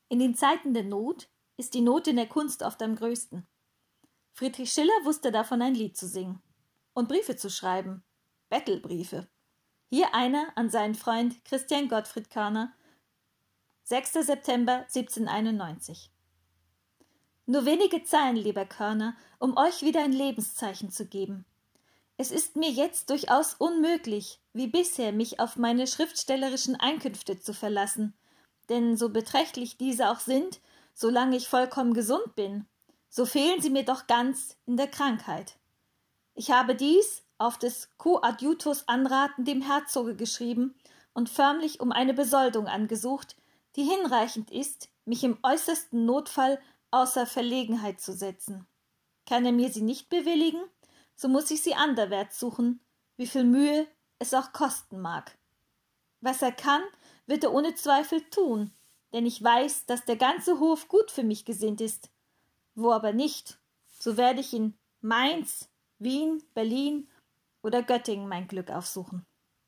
In den Zeiten der Not ist die Not in der Kunst oft am größten. Friedrich Schiller wusste davon ein Lied zu singen und Briefe zu schreiben, Bettelbriefe. Hier einer an seinen Freund Christian Gottfried Körner, 6. September 1791. Nur wenige Zeilen, lieber Körner, um euch wieder ein Lebenszeichen zu geben. Es ist mir jetzt durchaus unmöglich, wie bisher mich auf meine schriftstellerischen Einkünfte zu verlassen, denn so beträchtlich diese auch sind, solange ich vollkommen gesund bin, so fehlen sie mir doch ganz in der Krankheit. Ich habe dies auf des Koadjutos Anraten dem Herzoge geschrieben und förmlich um eine Besoldung angesucht, die hinreichend ist, mich im äußersten Notfall außer Verlegenheit zu setzen. Kann er mir sie nicht bewilligen, so muß ich sie anderwärts suchen, wie viel Mühe es auch kosten mag. Was er kann, wird er ohne Zweifel tun, denn ich weiß, dass der ganze Hof gut für mich gesinnt ist. Wo aber nicht, so werde ich in Mainz, Wien, Berlin oder Göttingen mein Glück aufsuchen.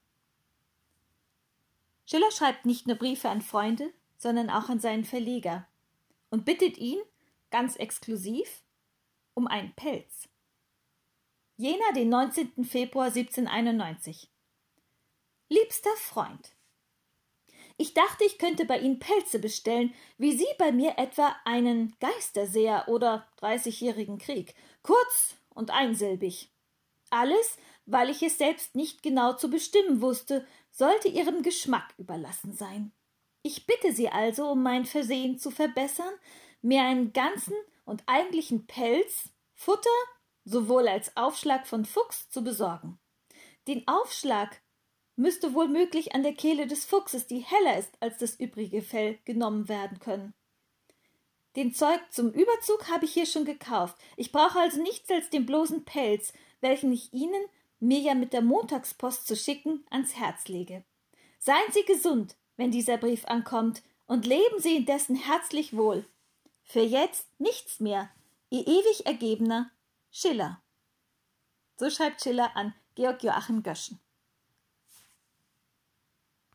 Schiller schreibt nicht nur Briefe an Freunde, sondern auch an seinen Verleger und bittet ihn, ganz exklusiv, um einen Pelz. Jena, den 19. Februar 1791. Liebster Freund, ich dachte, ich könnte bei Ihnen Pelze bestellen, wie Sie bei mir etwa einen Geisterseher oder 30-jährigen Krieg, kurz und einsilbig. Alles, weil ich es selbst nicht genau zu bestimmen wusste, sollte Ihrem Geschmack überlassen sein. Ich bitte Sie also, um mein Versehen zu verbessern, mir einen ganzen und eigentlichen Pelz, Futter, sowohl als Aufschlag von Fuchs zu besorgen. Den Aufschlag müsste wohl möglich an der Kehle des Fuchses, die heller ist als das übrige Fell, genommen werden können. Den Zeug zum Überzug habe ich hier schon gekauft. Ich brauche also nichts als den bloßen Pelz, welchen ich Ihnen, mir ja mit der Montagspost zu schicken, ans Herz lege. Seien Sie gesund, wenn dieser Brief ankommt, und leben Sie indessen herzlich wohl. Für jetzt nichts mehr. Ihr ewig ergebener Schiller. So schreibt Schiller an Georg Joachim Göschen.